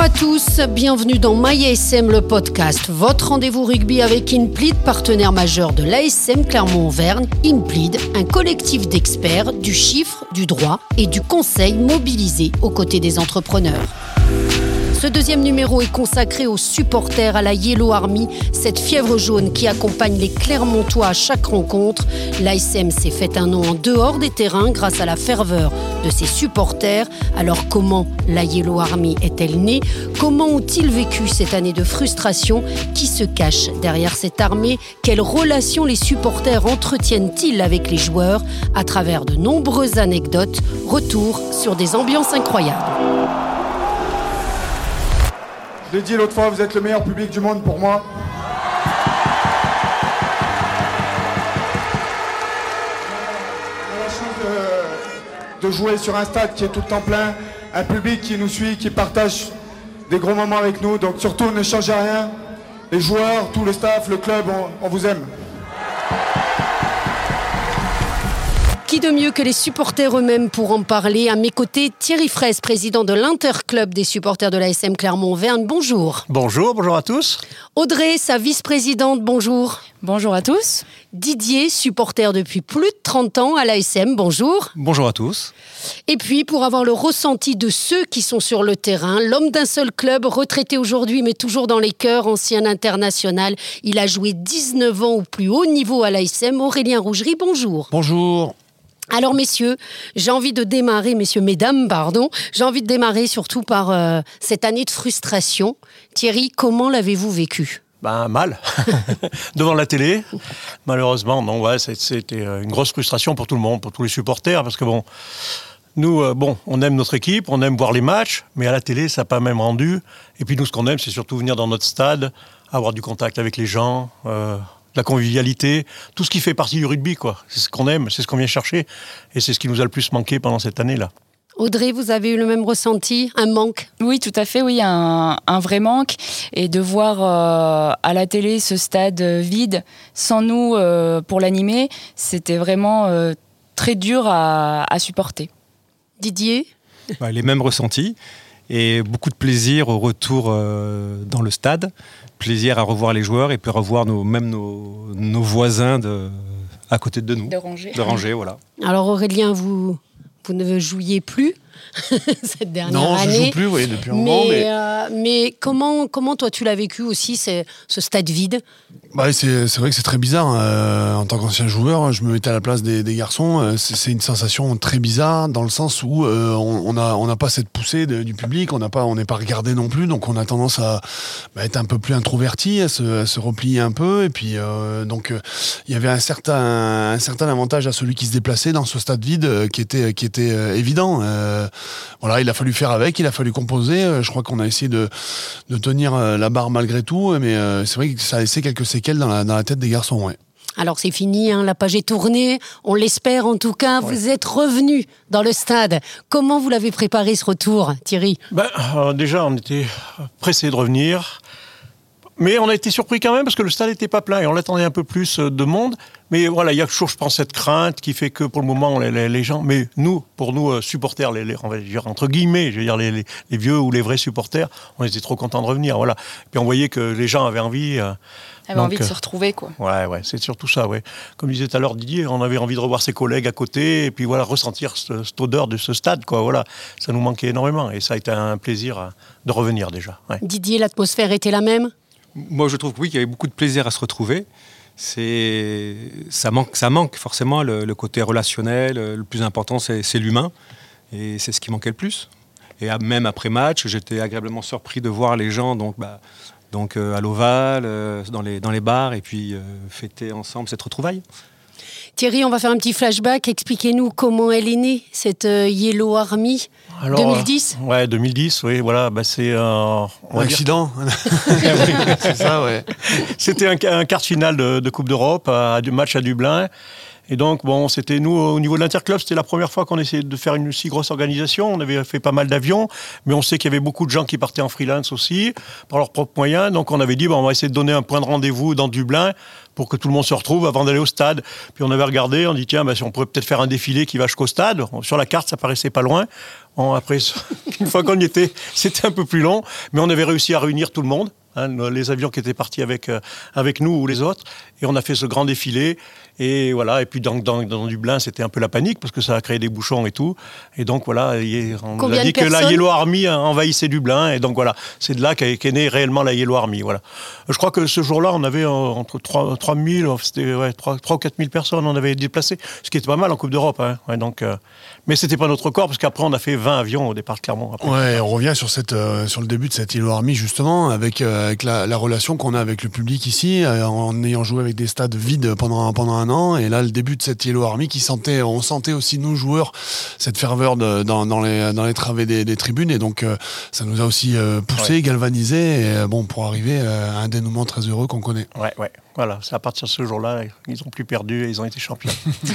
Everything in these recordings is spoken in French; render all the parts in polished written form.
à tous, bienvenue dans MyASM, le podcast, votre rendez-vous rugby avec InPleed, partenaire majeur de l'ASM Clermont-Auvergne. InPleed, un collectif d'experts du chiffre, du droit et du conseil mobilisés aux côtés des entrepreneurs. Ce deuxième numéro est consacré aux supporters, à la Yellow Army, cette fièvre jaune qui accompagne les Clermontois à chaque rencontre. L'ASM s'est fait un nom en dehors des terrains grâce à la ferveur de ses supporters. Alors comment la Yellow Army est-elle née ? Comment ont-ils vécu cette année de frustration ? Qui se cache derrière cette armée ? Quelles relations les supporters entretiennent-ils avec les joueurs ? À travers de nombreuses anecdotes, retour sur des ambiances incroyables. Je l'ai dit l'autre fois, vous êtes le meilleur public du monde pour moi. On a la chance de jouer sur un stade qui est tout le temps plein, un public qui nous suit, qui partage des gros moments avec nous. Donc surtout, ne changez rien. Les joueurs, tout le staff, le club, on vous aime. Qui de mieux que les supporters eux-mêmes pour en parler ? À mes côtés, Thierry Fraisse, président de l'Interclub des supporters de l'ASM Clermont-Auvergne. Bonjour. Bonjour à tous. Audrey, sa vice-présidente, bonjour. Bonjour à tous. Didier, supporter depuis plus de 30 ans à l'ASM, bonjour. Bonjour à tous. Et puis, pour avoir le ressenti de ceux qui sont sur le terrain, l'homme d'un seul club, retraité aujourd'hui, mais toujours dans les cœurs, ancien international. Il a joué 19 ans au plus haut niveau à l'ASM. Aurélien Rougerie, bonjour. Bonjour. Alors messieurs, j'ai envie de démarrer surtout par cette année de frustration. Thierry, comment l'avez-vous vécu ? Mal, devant la télé, malheureusement. Non, ouais, c'était une grosse frustration pour tout le monde, pour tous les supporters, parce que nous, on aime notre équipe, on aime voir les matchs, mais à la télé, ça n'a pas même rendu. Et puis nous, ce qu'on aime, c'est surtout venir dans notre stade, avoir du contact avec les gens, la convivialité, tout ce qui fait partie du rugby, quoi. C'est ce qu'on aime, c'est ce qu'on vient chercher, et c'est ce qui nous a le plus manqué pendant cette année-là. Audrey, vous avez eu le même ressenti, un manque ? Oui, tout à fait, oui, un vrai manque. Et de voir à la télé ce stade vide, sans nous pour l'animer, c'était vraiment très dur à supporter. Didier ? Les mêmes ressentis, et beaucoup de plaisir au retour dans le stade. Plaisir à revoir les joueurs et puis revoir nos voisins à côté de nous. De rangée, voilà. Alors Aurélien, vous ne jouiez plus cette dernière année. Non, je ne joue plus, oui, depuis un moment. Mais comment toi tu l'as vécu aussi, ce stade vide ? C'est vrai que c'est très bizarre. En tant qu'ancien joueur, je me mettais à la place des garçons. C'est une sensation très bizarre dans le sens où on n'a pas cette poussée du public, on n'est pas regardé non plus, donc on a tendance à être un peu plus introverti, à se replier un peu. Et puis donc il y avait un certain avantage à celui qui se déplaçait dans ce stade vide qui était évident. Voilà, il a fallu faire avec, il a fallu composer. Je crois qu'on a essayé de tenir la barre malgré tout, mais c'est vrai que ça a laissé quelques séquelles dans la tête des garçons, ouais. Alors c'est fini, la page est tournée, on l'espère en tout cas. Ouais. Vous êtes revenu dans le stade. Comment vous l'avez préparé ce retour, Thierry ? Déjà, on était pressés de revenir. Mais on a été surpris quand même parce que le stade n'était pas plein et on l'attendait un peu plus de monde. Mais voilà, il y a toujours, je pense, cette crainte qui fait que pour le moment, les gens... Mais pour nous, supporters, on va dire entre guillemets, les vieux ou les vrais supporters, on était trop contents de revenir. Voilà. Puis on voyait que les gens avaient envie... envie de se retrouver, quoi. Ouais, c'est surtout ça, ouais. Comme disait tout à l'heure Didier, on avait envie de revoir ses collègues à côté et puis voilà, ressentir cette odeur de ce stade, quoi. Voilà, ça nous manquait énormément et ça a été un plaisir de revenir déjà. Ouais. Didier, l'atmosphère était la même ? Moi, je trouve que oui, qu'il y avait beaucoup de plaisir à se retrouver. Ça manque forcément le côté relationnel. Le plus important, c'est l'humain. Et c'est ce qui manquait le plus. Et même après match, j'étais agréablement surpris de voir les gens donc à l'Oval, dans les bars, et puis fêter ensemble cette retrouvaille. Thierry, on va faire un petit flashback. Expliquez-nous comment elle est née, cette Yellow Army. Alors, 2010 Ouais, 2010, oui, voilà. C'est un accident. C'est ça, ouais. C'était un quart de finale de Coupe d'Europe, match à Dublin. Et donc, bon, c'était nous, au niveau de l'Interclub, c'était la première fois qu'on essayait de faire une si grosse organisation. On avait fait pas mal d'avions, mais on sait qu'il y avait beaucoup de gens qui partaient en freelance aussi, par leurs propres moyens. Donc, on avait dit, bon, on va essayer de donner un point de rendez-vous dans Dublin pour que tout le monde se retrouve avant d'aller au stade. Puis on avait regardé, on dit, tiens, si on pourrait peut-être faire un défilé qui va jusqu'au stade. Sur la carte, ça paraissait pas loin. Après, une fois qu'on y était, c'était un peu plus long, mais on avait réussi à réunir tout le monde. Les avions qui étaient partis avec nous ou les autres, et on a fait ce grand défilé, et voilà, et puis dans Dublin c'était un peu la panique, parce que ça a créé des bouchons et tout, et donc voilà, on nous a dit que la Yellow Army envahissait Dublin, et donc voilà, c'est de là qu'est née réellement la Yellow Army, voilà. Je crois que ce jour-là, on avait entre 3 000, c'était 3 ou 4 000 personnes, on avait déplacé, ce qui était pas mal en Coupe d'Europe, hein, ouais, donc, mais c'était pas notre record, parce qu'après on a fait 20 avions au départ de Clermont. Après. Ouais, on revient sur le début de cette Yellow Army, justement, avec la relation qu'on a avec le public ici, en ayant joué avec des stades vides pendant un an, et là le début de cette Yellow Army on sentait aussi nous joueurs cette ferveur dans les travées des tribunes, et donc ça nous a aussi poussé, galvanisé, et pour arriver à un dénouement très heureux qu'on connaît. Ouais, voilà, c'est à partir de ce jour-là, ils n'ont plus perdu et ils ont été champions.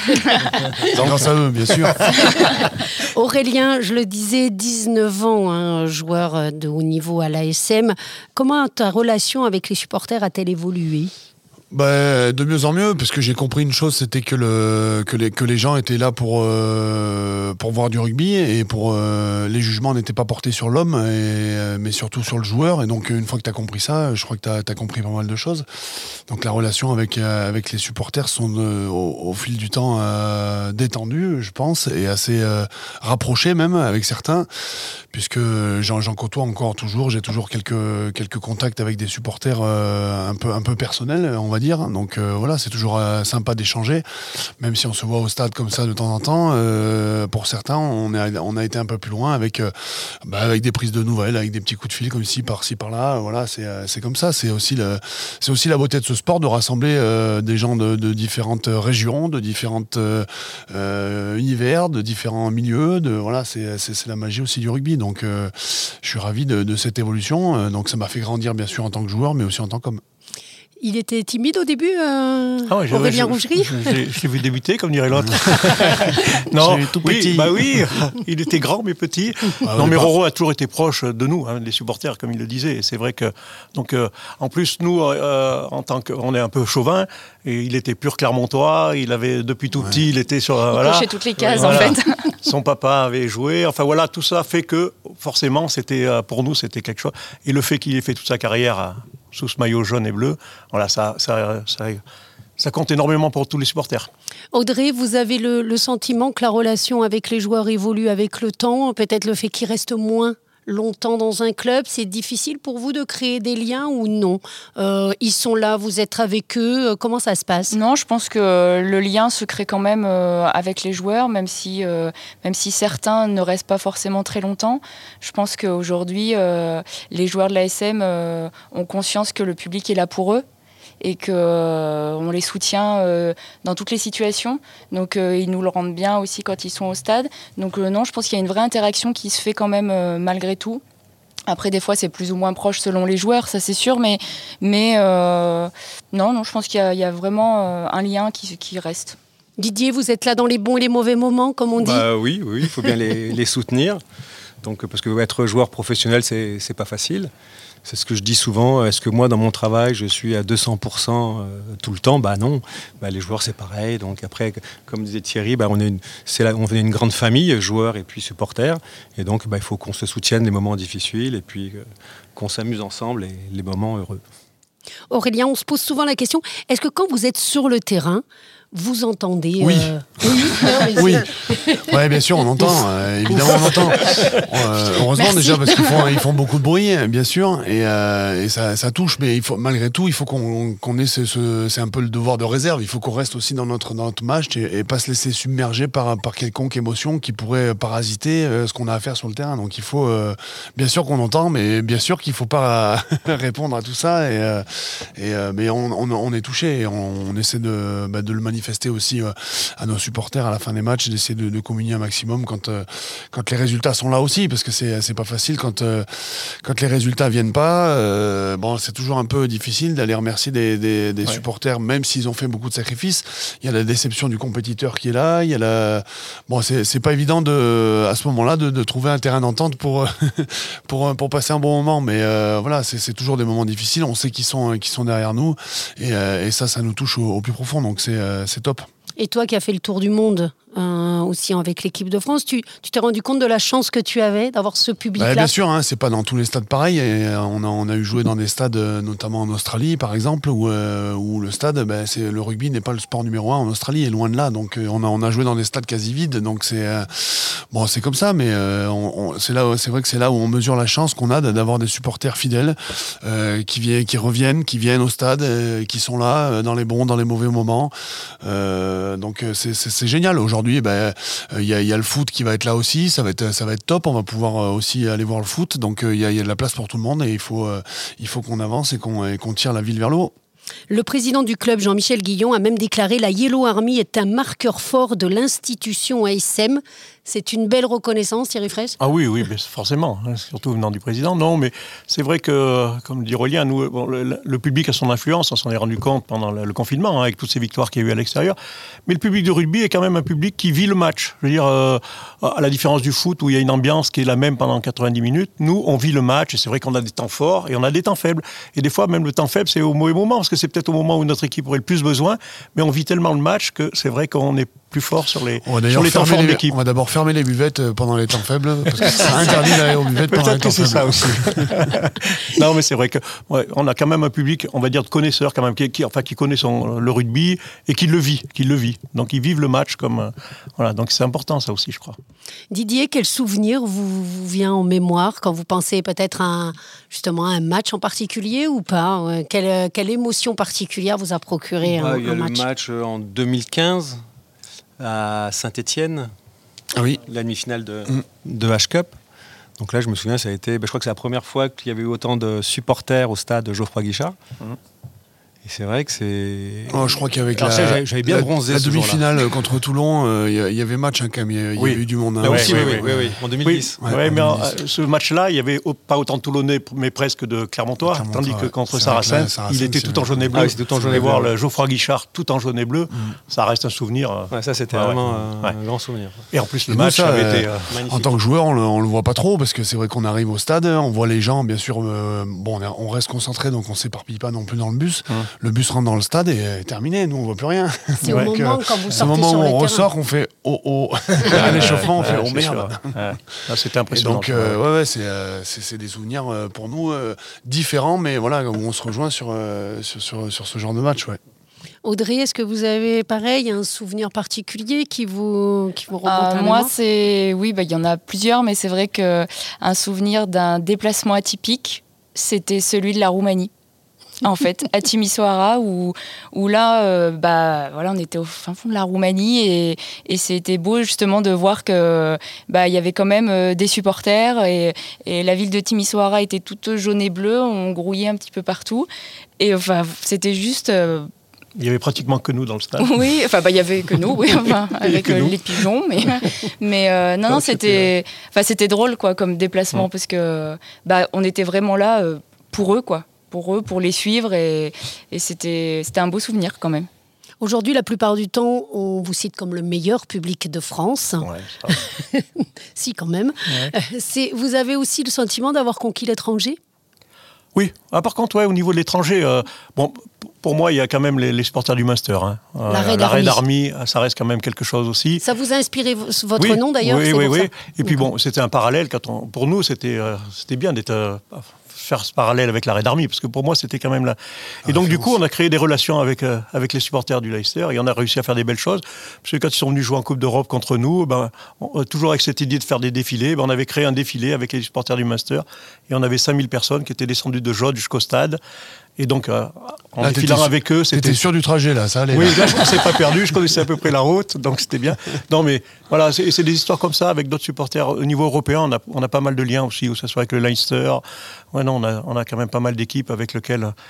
Grâce à eux, bien sûr. Aurélien, je le disais, 19 ans, joueur de haut niveau à l'ASM. Comment ta relation avec les supporters a-t-elle évolué ? De mieux en mieux, parce que j'ai compris une chose, c'était que les gens étaient là pour voir du rugby, et les jugements n'étaient pas portés sur l'homme, mais surtout sur le joueur. Et donc une fois que tu as compris ça, je crois que tu as compris pas mal de choses. Donc la relation avec les supporters sont au fil du temps détendue, je pense, et assez rapprochée même avec certains, puisque j'en côtoie encore toujours. J'ai toujours quelques contacts avec des supporters un peu personnels, on va dire. Donc voilà, c'est toujours sympa d'échanger, même si on se voit au stade comme ça de temps en temps. Pour certains, on a été un peu plus loin avec des prises de nouvelles, avec des petits coups de fil comme ci par-là. Voilà, c'est comme ça. C'est aussi la beauté de ce sport, de rassembler des gens de différentes régions, de différents univers, de différents milieux. Voilà, c'est la magie aussi du rugby. Donc je suis ravi de cette évolution. Donc ça m'a fait grandir bien sûr en tant que joueur, mais aussi en tant qu'homme. Il était timide au début, Aurélien Rougerie. Je l'ai vu débuter, comme dirait l'autre. Non, tout petit. Oui, il était grand mais petit. Mais Roro a toujours été proche de nous, des supporters, comme il le disait. Et c'est vrai que, donc, en plus, nous, en tant qu'on est un peu chauvin, et il était pur Clermontois. Il avait depuis tout petit, il était sur. Il cochait toutes les cases, en fait. Son papa avait joué. Enfin voilà, tout ça fait que forcément, pour nous, c'était quelque chose. Et le fait qu'il ait fait toute sa carrière sous ce maillot jaune et bleu, voilà, ça compte énormément pour tous les supporters. Audrey, vous avez le sentiment que la relation avec les joueurs évolue avec le temps, peut-être le fait qu'ils restent moins longtemps dans un club, c'est difficile pour vous de créer des liens ou non ? Ils sont là, vous êtes avec eux, comment ça se passe ? Non, je pense que le lien se crée quand même avec les joueurs, même si certains ne restent pas forcément très longtemps. Je pense qu'aujourd'hui, les joueurs de l'ASM ont conscience que le public est là pour eux, et qu'on les soutient dans toutes les situations. Donc ils nous le rendent bien aussi quand ils sont au stade. Donc non, je pense qu'il y a une vraie interaction qui se fait quand même malgré tout. Après, des fois, c'est plus ou moins proche selon les joueurs, ça c'est sûr, mais non, je pense qu'il y a vraiment un lien qui reste. Didier, vous êtes là dans les bons et les mauvais moments, comme on dit ? Oui, il faut bien les soutenir. Donc, parce que être joueur professionnel, c'est pas facile. C'est ce que je dis souvent. Est-ce que moi, dans mon travail, je suis à 200% tout le temps ? Non. Les joueurs, c'est pareil. Donc après, comme disait Thierry, on est une grande famille, joueurs et puis supporters. Et donc, il faut qu'on se soutienne les moments difficiles et puis qu'on s'amuse ensemble et les moments heureux. Aurélien, on se pose souvent la question, est-ce que quand vous êtes sur le terrain, vous entendez Oui. Oui. Ouais, bien sûr, on entend. Évidemment, on entend. Heureusement. Merci. Déjà parce qu'ils font beaucoup de bruit, bien sûr, et ça touche. Mais malgré tout, il faut qu'on ait c'est un peu le devoir de réserve. Il faut qu'on reste aussi dans notre match et pas se laisser submerger par quelconque émotion qui pourrait parasiter ce qu'on a à faire sur le terrain. Donc il faut bien sûr qu'on entend, mais bien sûr qu'il faut pas répondre à tout ça. Mais on est touché et on essaie de le manifester manifester aussi à nos supporters à la fin des matchs, d'essayer de communier un maximum quand les résultats sont là aussi, parce que c'est pas facile quand les résultats viennent pas. C'est toujours un peu difficile d'aller remercier des supporters, même s'ils ont fait beaucoup de sacrifices. Il y a la déception du compétiteur qui est là. Il y a c'est pas évident à ce moment-là de trouver un terrain d'entente pour passer un bon moment. Mais voilà, c'est toujours des moments difficiles. On sait qu'ils sont derrière nous et ça nous touche au plus profond. Donc c'est top. Et toi qui as fait le tour du monde aussi avec l'équipe de France, tu t'es rendu compte de la chance que tu avais d'avoir ce public-là? Bien sûr, c'est pas dans tous les stades pareil. Et on a eu joué dans des stades, notamment en Australie par exemple, où le stade, le rugby n'est pas le sport numéro 1 en Australie, et loin de là. Donc on a joué dans des stades quasi vides. Donc c'est comme ça, mais c'est vrai que c'est là où on mesure la chance qu'on a d'avoir des supporters fidèles qui reviennent, qui viennent au stade, qui sont là dans les bons, dans les mauvais moments. Donc c'est génial. Aujourd'hui, il y a le foot qui va être là aussi. Ça va être top. On va pouvoir aussi aller voir le foot. Donc il y a de la place pour tout le monde et il faut qu'on avance et qu'on tire la ville vers le haut. Le président du club, Jean-Michel Guillon, a même déclaré: la Yellow Army est un marqueur fort de l'institution ASM. C'est une belle reconnaissance, Thierry Fraisse? Ah oui, mais forcément, surtout venant du président. Non, mais c'est vrai que, comme dit Aurélien, le public a son influence, on s'en est rendu compte pendant le confinement, avec toutes ces victoires qu'il y a eu à l'extérieur. Mais le public de rugby est quand même un public qui vit le match. Je veux dire, à la différence du foot, où il y a une ambiance qui est la même pendant 90 minutes, nous, on vit le match, et c'est vrai qu'on a des temps forts, et on a des temps faibles. Et des fois, même le temps faible, c'est au mauvais moment, parce que c'est peut-être au moment où notre équipe aurait le plus besoin, mais on vit tellement le match que c'est vrai qu'on est plus fort sur les temps forts de l'équipe. On va d'abord fermer les buvettes pendant les temps faibles, parce que c'est interdit d'aller aux buvettes pendant les temps faibles. Peut-être que c'est ça aussi. Non, mais c'est vrai que on a quand même un public, on va dire, de connaisseurs quand même, qui connaît le rugby et qui le vit. Donc ils vivent le match comme voilà. Donc c'est important ça aussi, je crois. Didier, quel souvenir vous vient en mémoire quand vous pensez peut-être justement à un match en particulier ou pas? Quelle émotion particulière vous a procuré un match? Il y a le match en 2015 à Saint-Étienne. Ah oui. La demi-finale de H-Cup. Donc là, je me souviens, ça a été, je crois que c'est la première fois qu'il y avait eu autant de supporters au stade Geoffroy Guichard. Et c'est vrai que c'est... je crois qu'avec j'avais bien bronzé la ce demi-finale contre Toulon, il y avait match quand même, il y avait eu du monde. Là aussi, oui, en 2010. Oui, mais ce match-là, il n'y avait pas autant de Toulonnais, mais presque de Clermontois, tandis que contre Saracens, il était tout en jaune et bleu. C'était tout en jaune et bleu. Voir le Geoffroy Guichard tout en jaune et bleu, ça reste un souvenir. Ça, c'était vraiment un grand souvenir. Et en plus, le match avait été magnifique. En tant que joueur, on le voit pas trop, parce que c'est vrai qu'on arrive au stade, on voit les gens, bien sûr, on reste concentré, donc on s'éparpille pas non plus dans le bus. Le bus rentre dans le stade et terminé, nous on voit plus rien. C'est au moment quand vous sortez sur le terrain. C'est au moment où on ressort qu'on fait à l'échauffement, on fait merde. C'était impressionnant. Et donc c'est des souvenirs pour nous différents, mais voilà, où on se rejoint sur ce genre de match. Audrey, est-ce que vous avez pareil un souvenir particulier qui vous remonte à la moi, mémoire? il y en a plusieurs, mais c'est vrai que un souvenir d'un déplacement atypique, c'était celui de la Roumanie. En fait, à Timișoara, où là, on était au fin fond de la Roumanie et c'était beau justement de voir que il y avait quand même des supporters et la ville de Timișoara était toute jaune et bleue, on grouillait un petit peu partout et c'était juste. Il y avait pratiquement que nous dans le stade. Oui, il y avait que nous, avec les pigeons, mais non, c'était drôle quoi comme déplacement parce que on était vraiment là pour eux quoi. Pour les suivre et c'était un beau souvenir quand même. Aujourd'hui, la plupart du temps, on vous cite comme le meilleur public de France. Ouais, si, quand même. Ouais. Vous avez aussi le sentiment d'avoir conquis l'étranger ? Oui. Par contre, au niveau de l'étranger, pour moi, il y a quand même les supporters du Munster. La Red Army, ça reste quand même quelque chose aussi. Ça vous a inspiré votre nom d'ailleurs ? Oui. Et puis c'était un parallèle. Pour nous, c'était bien d'être... faire ce parallèle avec la Red Army, parce que pour moi, c'était quand même là. Et donc, du coup, on a créé des relations avec les supporters du Leicester, et on a réussi à faire des belles choses. Parce que quand ils sont venus jouer en Coupe d'Europe contre nous, toujours avec cette idée de faire des défilés, on avait créé un défilé avec les supporters du Munster, et on avait 5000 personnes qui étaient descendues de Jode jusqu'au stade. Et donc, en défilant avec eux, c'était sûr du trajet, là, ça allait. Oui, là, je ne m'étais pas perdu, je connaissais à peu près la route, donc c'était bien. Non, mais voilà, c'est des histoires comme ça avec d'autres supporters. Au niveau européen, on a pas mal de liens aussi, que ce soit avec le Leicester. On a quand même pas mal d'équipes avec lesquelles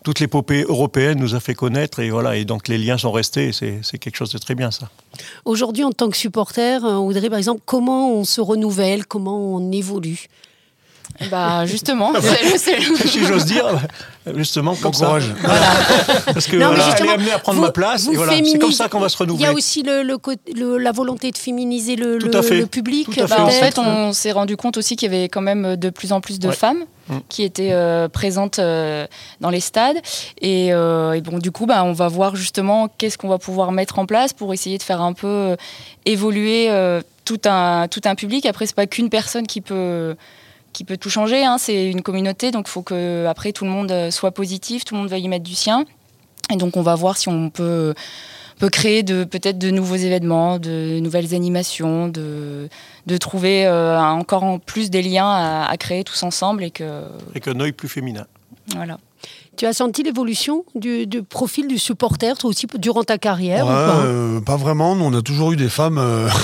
toute l'épopée européenne nous a fait connaître et voilà, et donc les liens sont restés, c'est quelque chose de très bien ça. Aujourd'hui, en tant que supporter, Audrey, par exemple, comment on se renouvelle, comment on évolue ? Justement, si j'ose dire, justement, comme ça. Courage. Voilà. Parce que Non, mais elle justement, est amenée à prendre ma place, et voilà, c'est comme ça qu'on va se renouveler. Il y a aussi la volonté de féminiser le public. Tout à fait. En fait, on s'est rendu compte aussi qu'il y avait quand même de plus en plus de femmes qui étaient présentes dans les stades. Et bon, du coup, on va voir justement qu'est-ce qu'on va pouvoir mettre en place pour essayer de faire un peu évoluer tout un public. Après, c'est pas qu'une personne qui peut tout changer, c'est une communauté, donc il faut que après tout le monde soit positif, tout le monde va y mettre du sien. Et donc on va voir si on peut créer peut-être de nouveaux événements, de nouvelles animations, de trouver encore plus des liens à créer tous ensemble et qu'un œil plus féminin. Voilà. Tu as senti l'évolution du profil du supporter, toi aussi, durant ta carrière ou pas Pas vraiment. Nous, on a toujours eu des femmes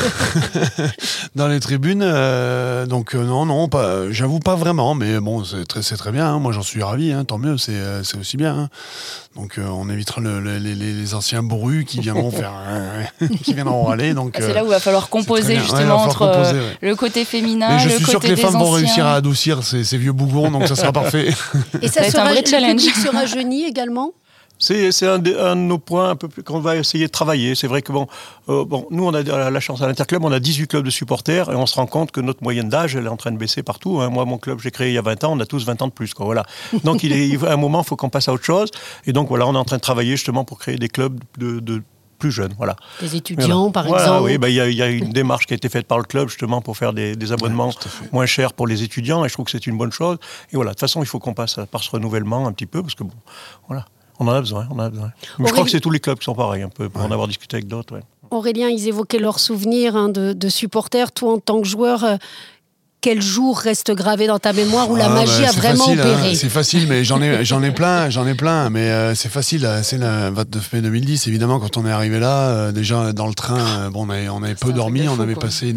dans les tribunes. Donc, non, j'avoue pas vraiment. Mais bon, c'est très bien. Moi, j'en suis ravi. Tant mieux, c'est aussi bien. Donc, on évitera les anciens bourrus qui viendront qui viendront râler. Donc, c'est là où il va falloir composer justement entre le côté féminin, le côté des anciens. Mais je suis sûr que les femmes vont réussir à adoucir ces vieux bougons, donc ça sera parfait. Et ça sera un vrai challenge. Le public se rajeunit également ? C'est un de nos points un peu plus qu'on va essayer de travailler. C'est vrai que nous, on a la chance à l'Interclub, on a 18 clubs de supporters et on se rend compte que notre moyenne d'âge, elle est en train de baisser partout. Moi, mon club, j'ai créé il y a 20 ans, on a tous 20 ans de plus. Voilà. Donc, à un moment, il faut qu'on passe à autre chose. Et donc, voilà, on est en train de travailler justement pour créer des clubs de plus jeunes. Voilà. Des étudiants, par exemple. Oui, il y a une démarche qui a été faite par le club justement pour faire des abonnements moins chers pour les étudiants et je trouve que c'est une bonne chose. Et voilà, de toute façon, il faut qu'on passe par ce renouvellement un petit peu parce que voilà. On en a besoin. Mais je crois que c'est tous les clubs qui sont pareils, un peu, pour en avoir discuté avec d'autres. Ouais. Aurélien, ils évoquaient leurs souvenirs de supporters. Toi, en tant que joueur, quel jour reste gravé dans ta mémoire où la magie a vraiment opéré ? C'est facile, mais j'en ai plein. Mais c'est facile. C'est le 29 mai 2010, évidemment, quand on est arrivé là, déjà dans le train, on avait peu dormi, on avait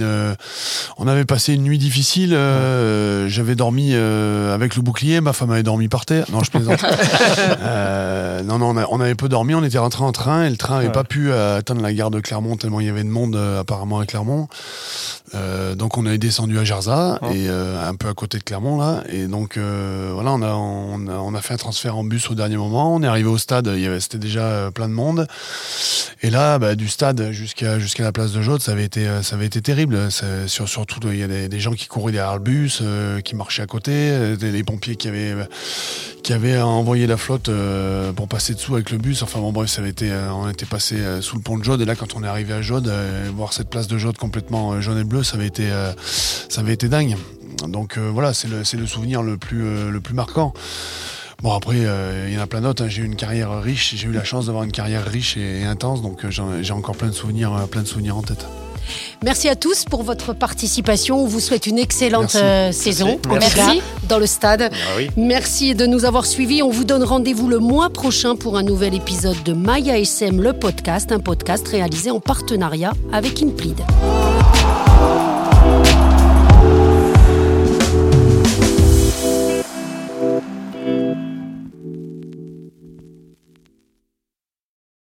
passé une nuit difficile. J'avais dormi avec le bouclier, ma femme avait dormi par terre. Non, je plaisante. On avait peu dormi, on était rentré en train et le train n'avait pas pu atteindre la gare de Clermont tellement il y avait de monde apparemment à Clermont. Donc on est descendu à Jarza et un peu à côté de Clermont là, et donc voilà, on a fait un transfert en bus au dernier moment. On est arrivé au stade, c'était déjà plein de monde, et là du stade jusqu'à la place de Jaude, ça avait été terrible. Surtout il y a des gens qui couraient derrière le bus, qui marchaient à côté, des pompiers qui avaient envoyé la flotte pour passer dessous avec le bus. Enfin bon, bref, on était passé sous le pont de Jaude, et là quand on est arrivé à Jaude, voir cette place de Jaude complètement jaune et bleu, ça avait été dingue. Donc voilà, c'est le souvenir le plus marquant. Bon, après, il y en a plein d'autres. J'ai eu une carrière riche, j'ai eu la chance d'avoir une carrière riche et intense, donc j'ai encore plein de souvenirs en tête. Merci à tous pour votre participation. On vous souhaite une excellente saison. Merci. Dans le stade. Oui. Merci de nous avoir suivis. On vous donne rendez-vous le mois prochain pour un nouvel épisode de My ASM, le podcast, un podcast réalisé en partenariat avec Inplid.